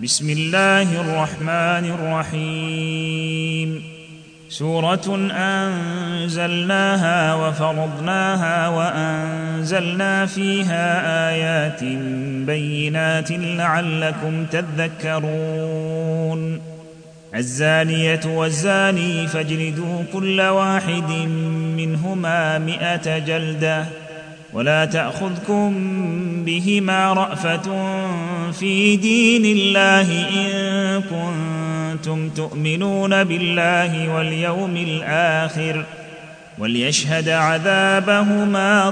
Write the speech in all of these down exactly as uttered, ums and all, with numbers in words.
بسم الله الرحمن الرحيم. سورة أنزلناها وفرضناها وأنزلنا فيها آيات بينات لعلكم تذكرون. الزانية والزاني فاجلدوا كل واحد منهما مئة جلدة ولا تأخذكم بهما رأفة في دين الله إن كنتم تؤمنون بالله واليوم الآخر وليشهد عذابهما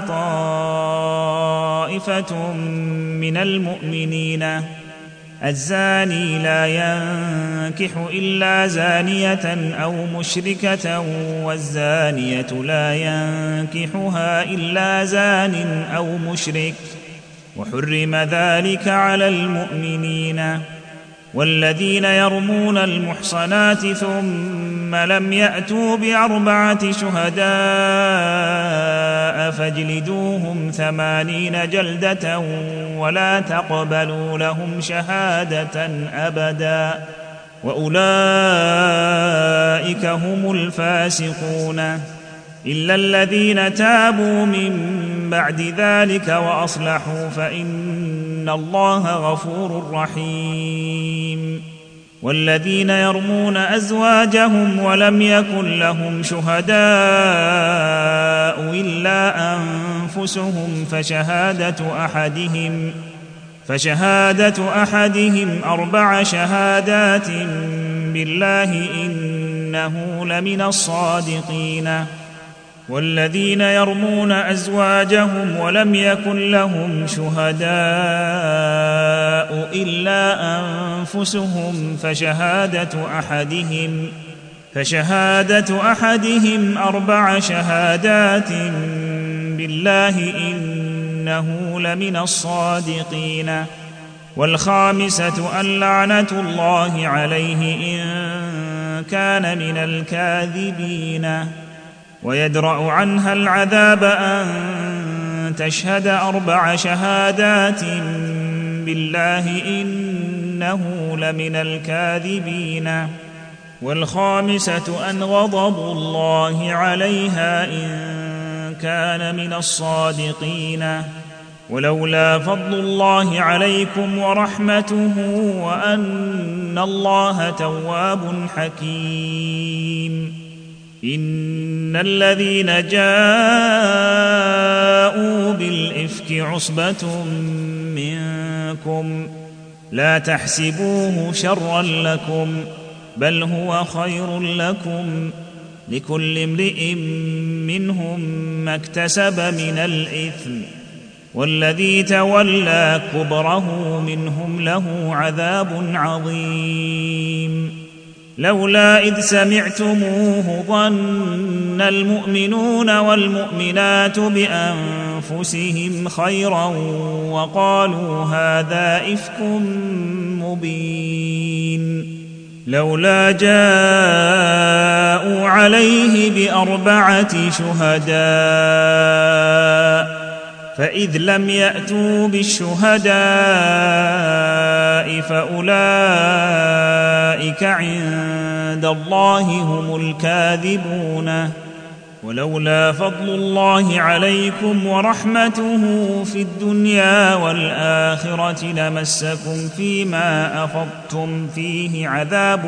طائفة من المؤمنين. الزاني لا ينكح إلا زانية أو مشركة والزانية لا ينكحها إلا زان أو مشرك وحرم ذلك على المؤمنين. والذين يرمون المحصنات ثم لم يأتوا بأربعة شهداء فاجلدوهم ثمانين جلدة ولا تقبلوا لهم شهادة أبدا وأولئك هم الفاسقون إلا الذين تابوا من بعد ذلك وأصلحوا فإن الله غفور رحيم. والذين يرمون أزواجهم ولم يكن لهم شهداء إلا أنفسهم فشهادة أحدهم فشهادة أحدهم أربع شهادات بالله إنه لمن الصادقين. والذين يرمون أزواجهم ولم يكن لهم شهداء إلا أنفسهم فشهادة أحدهم فشهادة أحدهم أربع شهادات بالله إنه لمن الصادقين. والخامسة أن لعنة الله عليه إن كان من الكاذبين. ويدرأ عنها العذاب أن تشهد أربع شهادات بالله إنه لمن الكاذبين. والخامسة أن غضب الله عليها إن كان من الصادقين. ولولا فضل الله عليكم ورحمته وأن الله تواب حكيم. إن الذين جاءوا بالإفك عصبة منكم لا تحسبوه شرا لكم بل هو خير لكم لكل امرئ منهم ما اكتسب من الإثم والذي تولى كبره منهم له عذاب عظيم. لولا إذ سمعتموه ظن المؤمنون والمؤمنات بأنفسهم خيرا وقالوا هذا إفك مبين. لولا جاءوا عليه بأربعة شهداء فإذ لم يأتوا بالشهداء فأولئك عند الله هم الكاذبون. ولولا فضل الله عليكم ورحمته في الدنيا والآخرة لمسكم فيما أفضتم فيه عذاب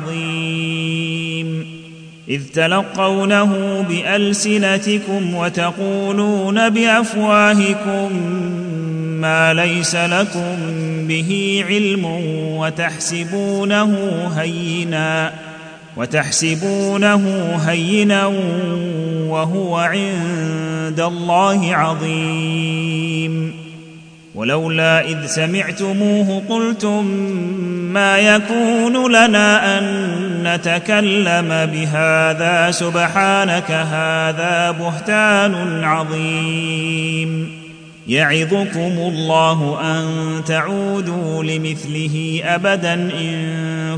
عظيم إذ تلقونه بألسنتكم وتقولون بأفواهكم ما ليس لكم به علم وتحسبونه هينا وتحسبونه هينا وهو عند الله عظيم. ولولا إذ سمعتموه قلتم ما يكون لنا أن نتكلم بهذا سبحانك هذا بهتان عظيم. يعظكم الله أن تعودوا لمثله أبدا إن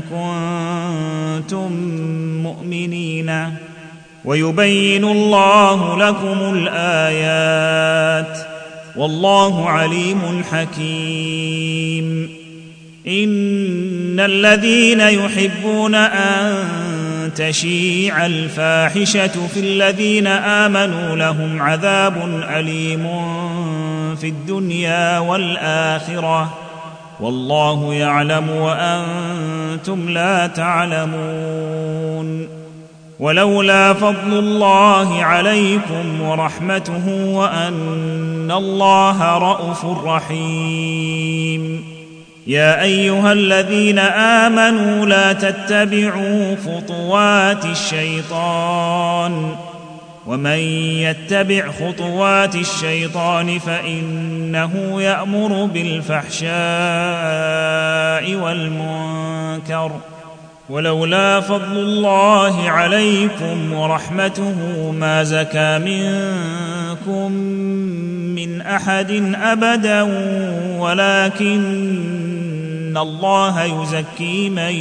كنتم مؤمنين ويبين الله لكم الآيات والله عليم حكيم. إن الذين يحبون أن تشيع الفاحشة في الذين آمنوا لهم عذاب أليم في الدنيا والآخرة والله يعلم وأنتم لا تعلمون. ولولا فضل الله عليكم ورحمته وأن الله رءوف رحيم. يا أيها الذين آمنوا لا تتبعوا خطوات الشيطان ومن يتبع خطوات الشيطان فإنه يأمر بالفحشاء والمنكر ولولا فضل الله عليكم ورحمته ما زكى منكم من أحد أبدا ولكن الله يزكي من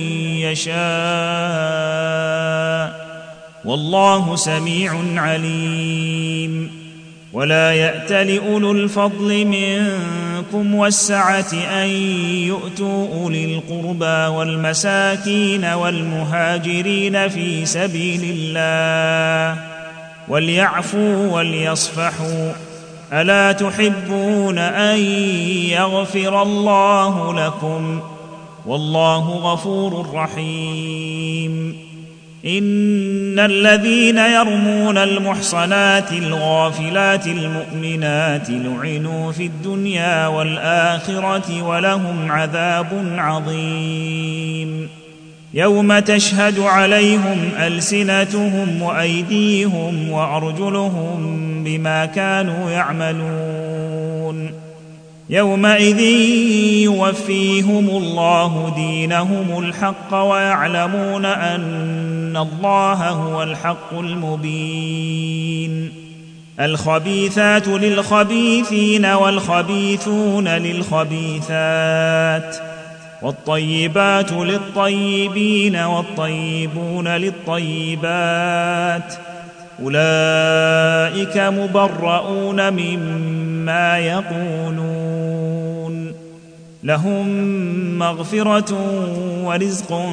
يشاء والله سميع عليم. ولا يأتل أولو الفضل منكم والسعة أن يؤتوا أولي القربى والمساكين والمهاجرين في سبيل الله وليعفوا وليصفحوا ألا تحبون أن يغفر الله لكم والله غفور رحيم. إن الذين يرمون المحصنات الغافلات المؤمنات لعنوا في الدنيا والآخرة ولهم عذاب عظيم. يوم تشهد عليهم ألسنتهم وأيديهم وأرجلهم بما كانوا يعملون يومئذ يوفيهم الله دينهم الحق ويعلمون أن الله هو الحق المبين. الخبيثات للخبيثين والخبيثون للخبيثات والطيبات للطيبين والطيبون للطيبات أولئك مبرؤون مما يقولون لهم مغفرة ورزق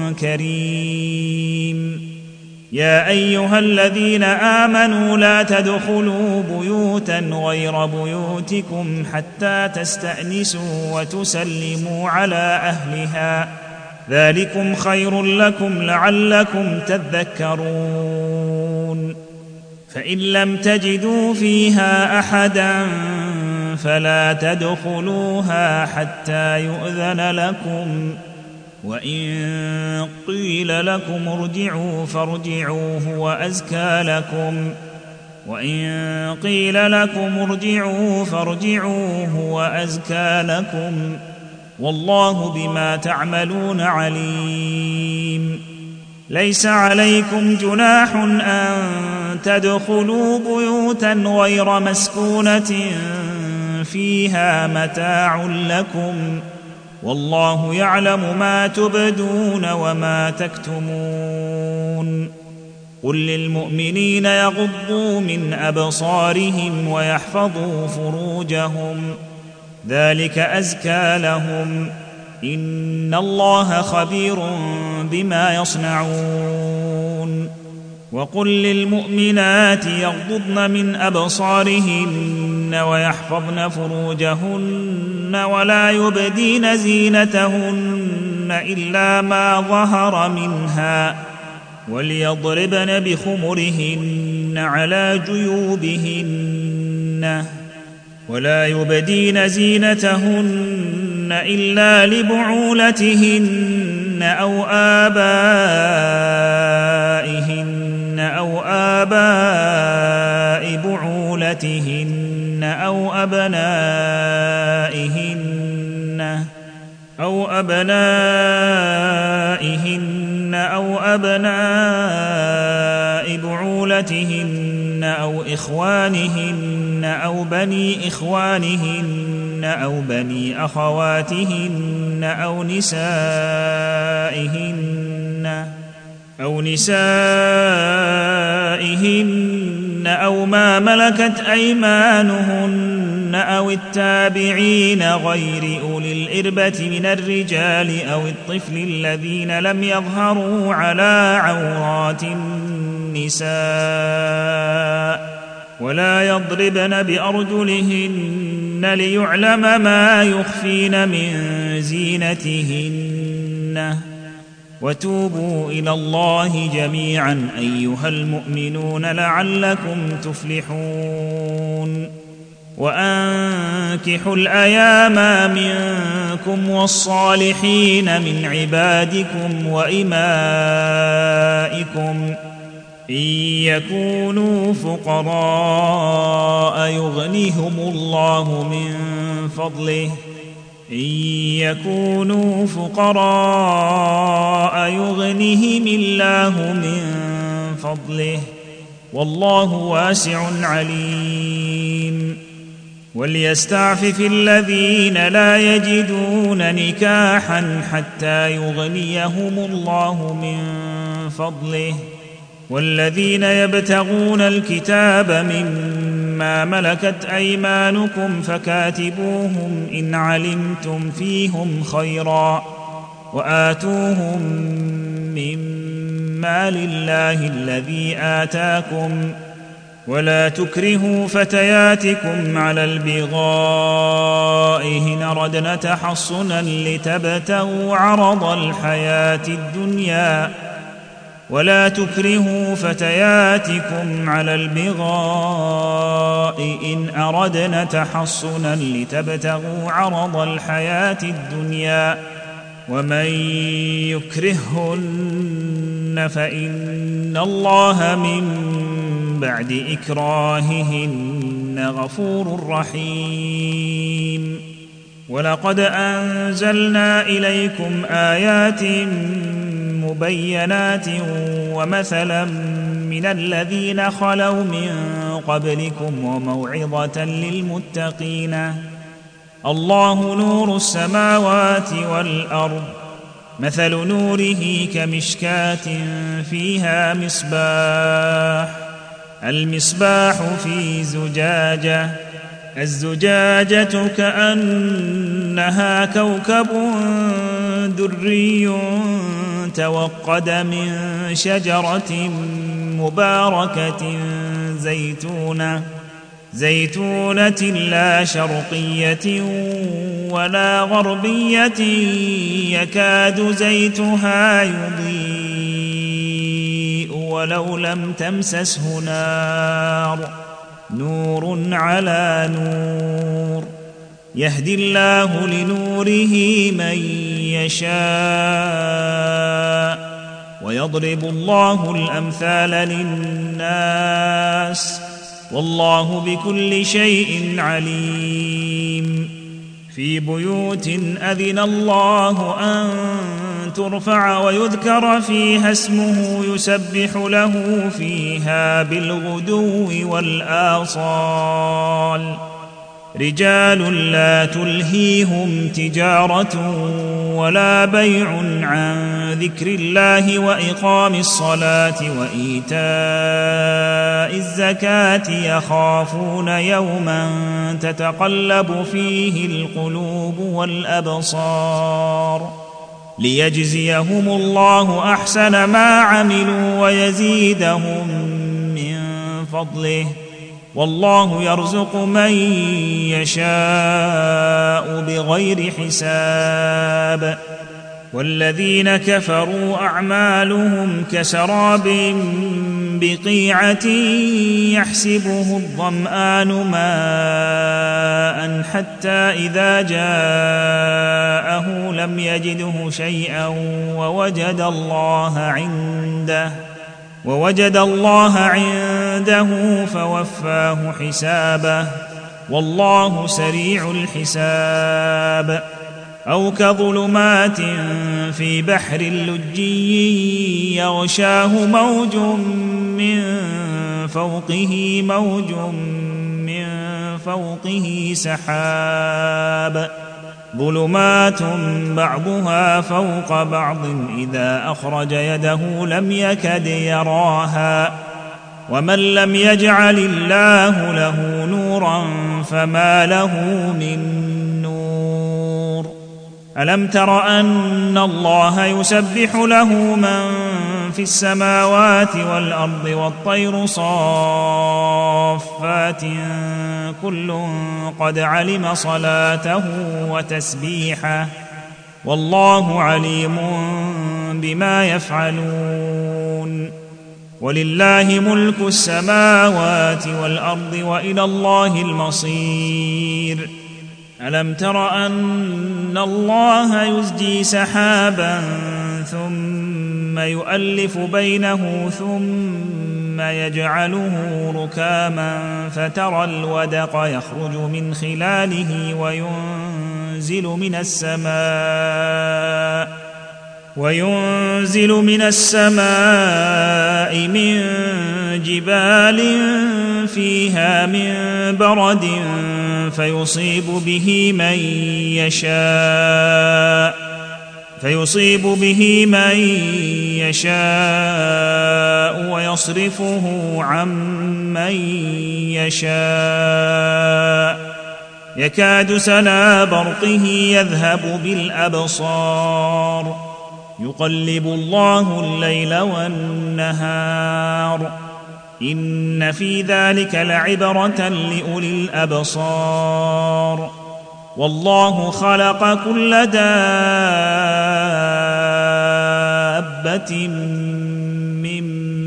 كريم. يا أيها الذين آمنوا لا تدخلوا بيوتا غير بيوتكم حتى تستأنسوا وتسلموا على أهلها ذلكم خير لكم لعلكم تذكرون. فإن لم تجدوا فيها أحدا فلا تدخلوها حتى يؤذن لكم وإن قيل لكم ارجعوا فارجعوا هو أزكى لكم وإن قيل لكم ارجعوا فارجعوا هو أزكى لكم والله بما تعملون عليم. ليس عليكم جناح أن تدخلوا بيوتا غير مسكونة فيها متاع لكم والله يعلم ما تبدون وما تكتمون. قل للمؤمنين يغضوا من أبصارهم ويحفظوا فروجهم ذلك أزكى لهم إن الله خبير بما يصنعون. وقل للمؤمنات يغضضن من أبصارهن ويحفظن فروجهن ولا يبدين زينتهن إلا ما ظهر منها وليضربن بخمرهن على جيوبهن ولا يبدين زينتهن إلا لبعولتهن أو آبائهن أو آباء بعولتهن أو أبنائهن أو أبنائهن أو أبناء بعولتهن أو إخوانهن أو بني إخوانهن أو بني أخواتهن أو نسائهن أو نسائهن أو ما ملكت أيمانهن أو التابعين غير أولي الإربة من الرجال أو الطفل الذين لم يظهروا على عورات النساء ولا يضربن بأرجلهن ليعلم ما يخفين من زينتهن وتوبوا إلى الله جميعا أيها المؤمنون لعلكم تفلحون وأنكحوا الأيام منكم والصالحين من عبادكم وإمائكم إن يكونوا فقراء يغنهم الله من فضله إن يكونوا فقراء يغنهم الله من فضله والله واسع عليم وليستعفف الذين لا يجدون نكاحا حتى يغنيهم الله من فضله والذين يبتغون الكتاب مما ملكت أيمانكم فكاتبوهم إن علمتم فيهم خيرا وآتوهم مما لله الذي آتاكم ولا تكرهوا فتياتكم على البغاء إن أردنا تحصنا لتبتغوا عرض الحياة الدنيا ولا تكرهوا فتياتكم على البغاء إن أردنا تحصنا لتبتغوا عرض الحياة الدنيا ومن يكرههن فإن الله من بعد إكراههن غفور رحيم ولقد أنزلنا إليكم آيات مبينات ومثلا من الذين خلوا من قبلكم وموعظة للمتقين الله نور السماوات والأرض مثل نوره كمشكاة فيها مصباح المصباح في زجاجة الزجاجة كأنها كوكب دري توقد من شجرة مباركة زيتونة زيتونة لا شرقية ولا غربية يكاد زيتها يضيء ولو لم تمسسه نار نور على نور يهدي الله لنوره من يشاء ويضرب الله الأمثال للناس والله بكل شيء عليم في بيوت أذن الله أن ترفع ويذكر فيها اسمه يسبح له فيها بالغدو والآصال رجال لا تلهيهم تجارة ولا بيع عن ذكر الله وإقام الصلاة وإيتاء الزكاة يخافون يوما تتقلب فيه القلوب والأبصار ليجزيهم الله أحسن ما عملوا ويزيدهم من فضله والله يرزق من يشاء بغير حساب والذين كفروا أعمالهم كسراب بقيعة يحسبه الظمآن ماء حتى إذا جاءه لم يجده شيئا ووجد الله عنده ووجد الله عنده فوفاه حسابه والله سريع الحساب أو كظلمات في بحر لجي يغشاه موج من فوقه موج من فوقه سحاب ظلمات بعضها فوق بعض إذا أخرج يده لم يكد يراها ومن لم يجعل الله له نورا فما له من نور. ألم تر أن الله يسبح له من في السماوات والأرض والطير صافات كل قد علم صلاته وتسبيحه والله عليم بما يفعلون. ولله ملك السماوات والأرض وإلى الله المصير. ألم تر أن الله يزجي سحابا ثم يؤلف بينه ثم يجعله ركاما فترى الودق يخرج من خلاله وينزل من السماء وينزل من السماء من جبال فيها من برد فيصيب به من يشاء فيصيب به من يشاء ويصرفه عن من يشاء يكاد سنا برقه يذهب بالأبصار يقلب الله الليل والنهار إن في ذلك لعبرة لأولي الأبصار. والله خلق كل دابة من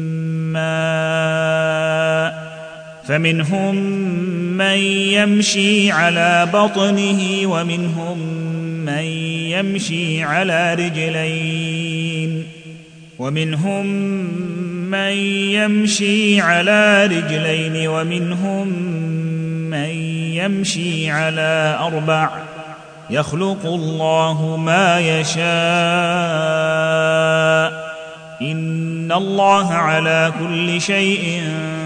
ماء فمنهم من يمشي على بطنه ومنهم من يمشي على رجلين ومنهم من يمشي على رجلين ومنهم من يمشي على أربع يخلق الله ما يشاء إن الله على كل شيء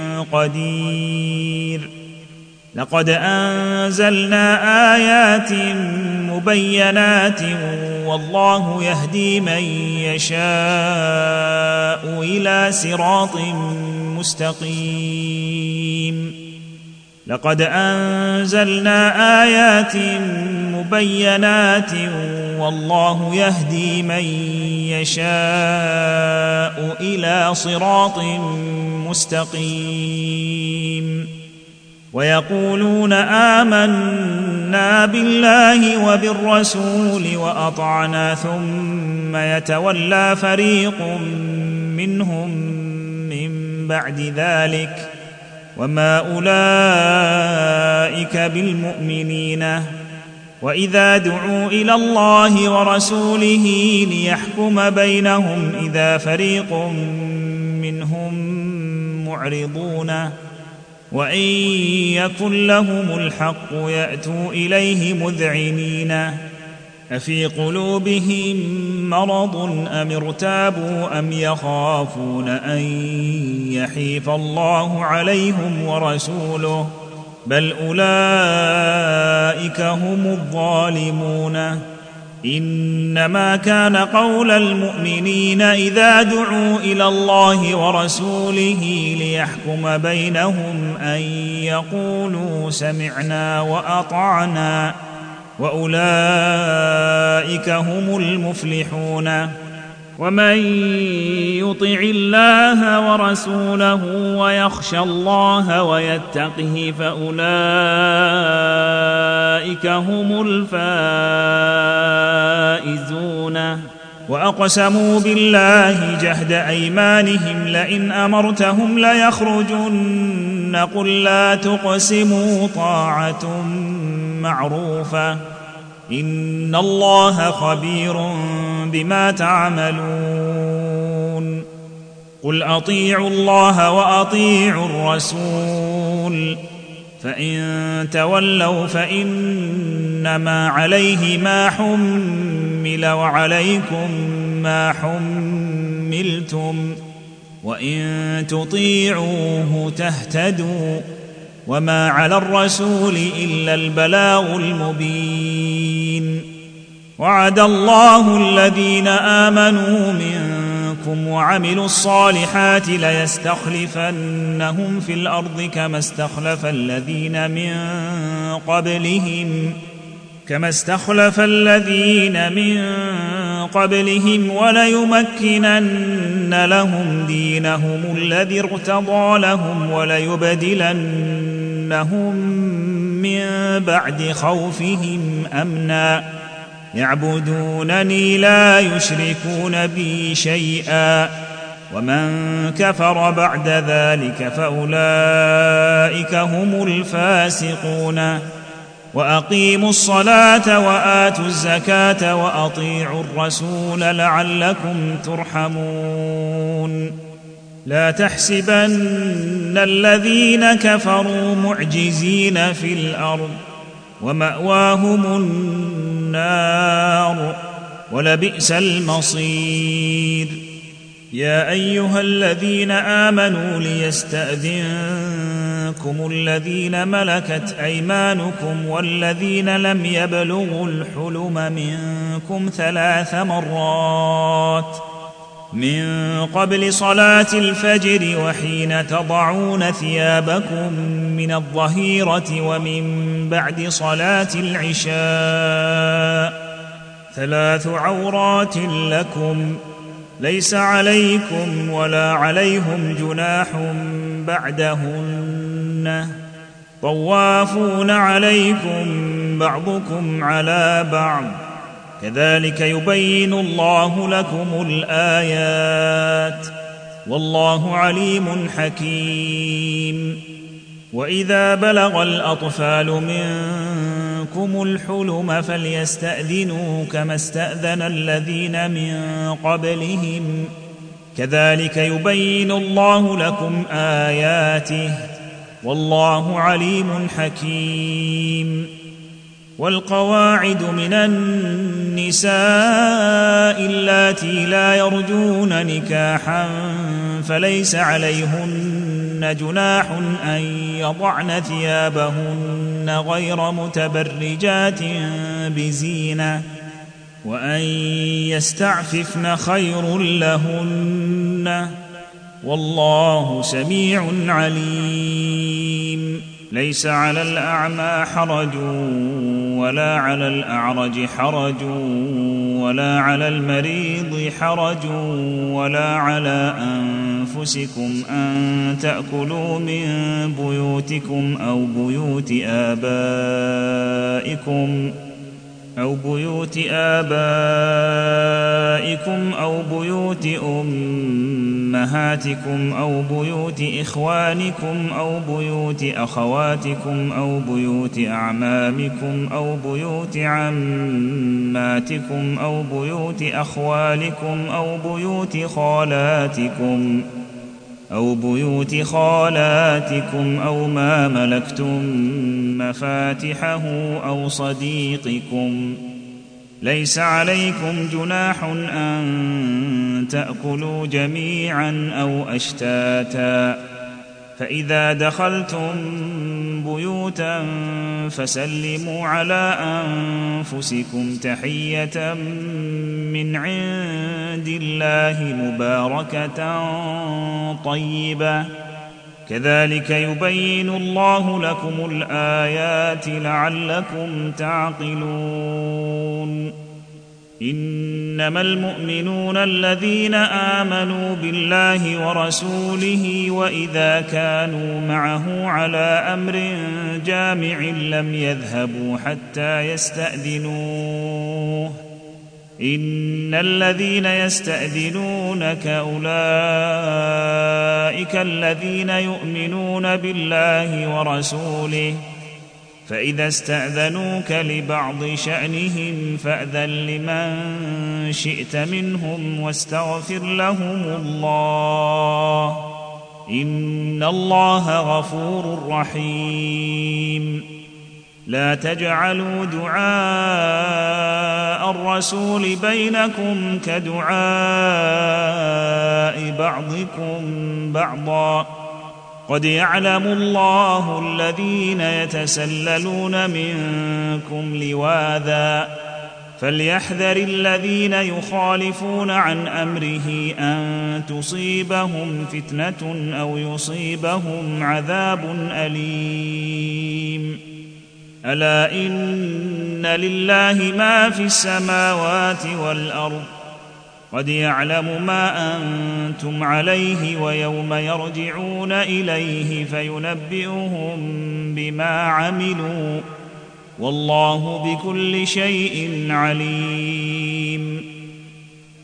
قدير. لقد أنزلنا آيات مبينات والله يهدي من يشاء إلى صراط مستقيم. لقد أنزلنا آيات مبينات والله يهدي من يشاء إلى صراط مستقيم. ويقولون آمنا بالله وبالرسول وأطعنا ثم يتولى فريق منهم من بعد ذلك وما أولئك بالمؤمنين. وإذا دعوا إلى الله ورسوله ليحكم بينهم إذا فريق منهم معرضون وإن يكن لهم الحق يأتوا إليه مذعنين. أفي قلوبهم مرض أم ارتابوا أم يخافون أن يحيف الله عليهم ورسوله بل أولئك هم الظالمون. إنما كان قول المؤمنين إذا دعوا إلى الله ورسوله ليحكم بينهم أن يقولوا سمعنا وأطعنا وأولئك هم المفلحون. ومن يطع الله ورسوله ويخشى الله ويتقه فأولئك هم الفائزون. وأقسموا بالله جهد أيمانهم لئن أمرتهم ليخرجن قل لا تقسموا طاعة معروفة إن الله خبير بما تعملون. قل أطيعوا الله وأطيعوا الرسول فإن تولوا فإنما عليه ما حمل وعليكم ما حملتم وإن تطيعوه تهتدوا وما على الرسول إلا البلاغ المبين. وعد الله الذين آمنوا منكم وعملوا الصالحات ليستخلفنهم في الأرض كما استخلف الذين من قبلهم كما استخلف الذين من قبلهم وليمكنن لهم دينهم الذي ارتضى لهم وليبدلنهم من بعد خوفهم أمنا يعبدونني لا يشركون بي شيئا ومن كفر بعد ذلك فأولئك هم الفاسقون وأقيموا الصلاة وآتوا الزكاة وأطيعوا الرسول لعلكم ترحمون لا تحسبن الذين كفروا معجزين في الأرض ومأواهم النار ولبئس المصير يا أيها الذين آمنوا ليستأذنكم الذين ملكت أيمانكم والذين لم يبلغوا الحلم منكم ثلاث مرات من قبل صلاة الفجر وحين تضعون ثيابكم من الظهيرة ومن بعد صلاة العشاء ثلاث عورات لكم ليس عليكم ولا عليهم جناح بعدهن طوافون عليكم بعضكم على بعض كذلك يبين الله لكم الآيات والله عليم حكيم وإذا بلغ الأطفال منكم الحلم فليستأذنوا كما استأذن الذين من قبلهم كذلك يبين الله لكم آياته والله عليم حكيم والقواعد من النساء اللاتي لا يرجون نكاحا فليس عليهن جناح أن يضعن ثيابهن غير متبرجات بزينة وأن يستعففن خير لهن والله سميع عليم ليس على الأعمى حرج ولا على الأعرج حرج ولا على المريض حرج ولا على أنفسكم أن تأكلوا من بيوتكم أو بيوت آبائكم أو بيوت آبائكم أو بيوت أمهاتكم أو بيوت إخوانكم أو بيوت أخواتكم أو بيوت أعمامكم أو بيوت عماتكم أو بيوت أخوالكم أو بيوت خالاتكم أو بيوت خالاتكم أو ما ملكتم مفاتحه أو صديقكم ليس عليكم جناح أن تأكلوا جميعا أو أشتاتا فإذا دخلتم بيوتا فسلموا على أنفسكم تحية من عند الله مباركة طيبة كذلك يبين الله لكم الآيات لعلكم تعقلون إنما المؤمنون الذين آمنوا بالله ورسوله وإذا كانوا معه على أمر جامع لم يذهبوا حتى يستأذنوه إن الذين يستأذنونك أولئك الذين يؤمنون بالله ورسوله فإذا استأذنوك لبعض شأنهم فأذن لمن شئت منهم واستغفر لهم الله إن الله غفور رحيم لا تجعلوا دعاء الرسول بينكم كدعاء بعضكم بعضا قد يعلم الله الذين يتسللون منكم لواذا فليحذر الذين يخالفون عن امره ان تصيبهم فتنه او يصيبهم عذاب اليم. الا ان لله ما في السماوات والارض قد يعلم ما انتم عليه ويوم يرجعون اليه فينبئهم بما عملوا والله بكل شيء عليم.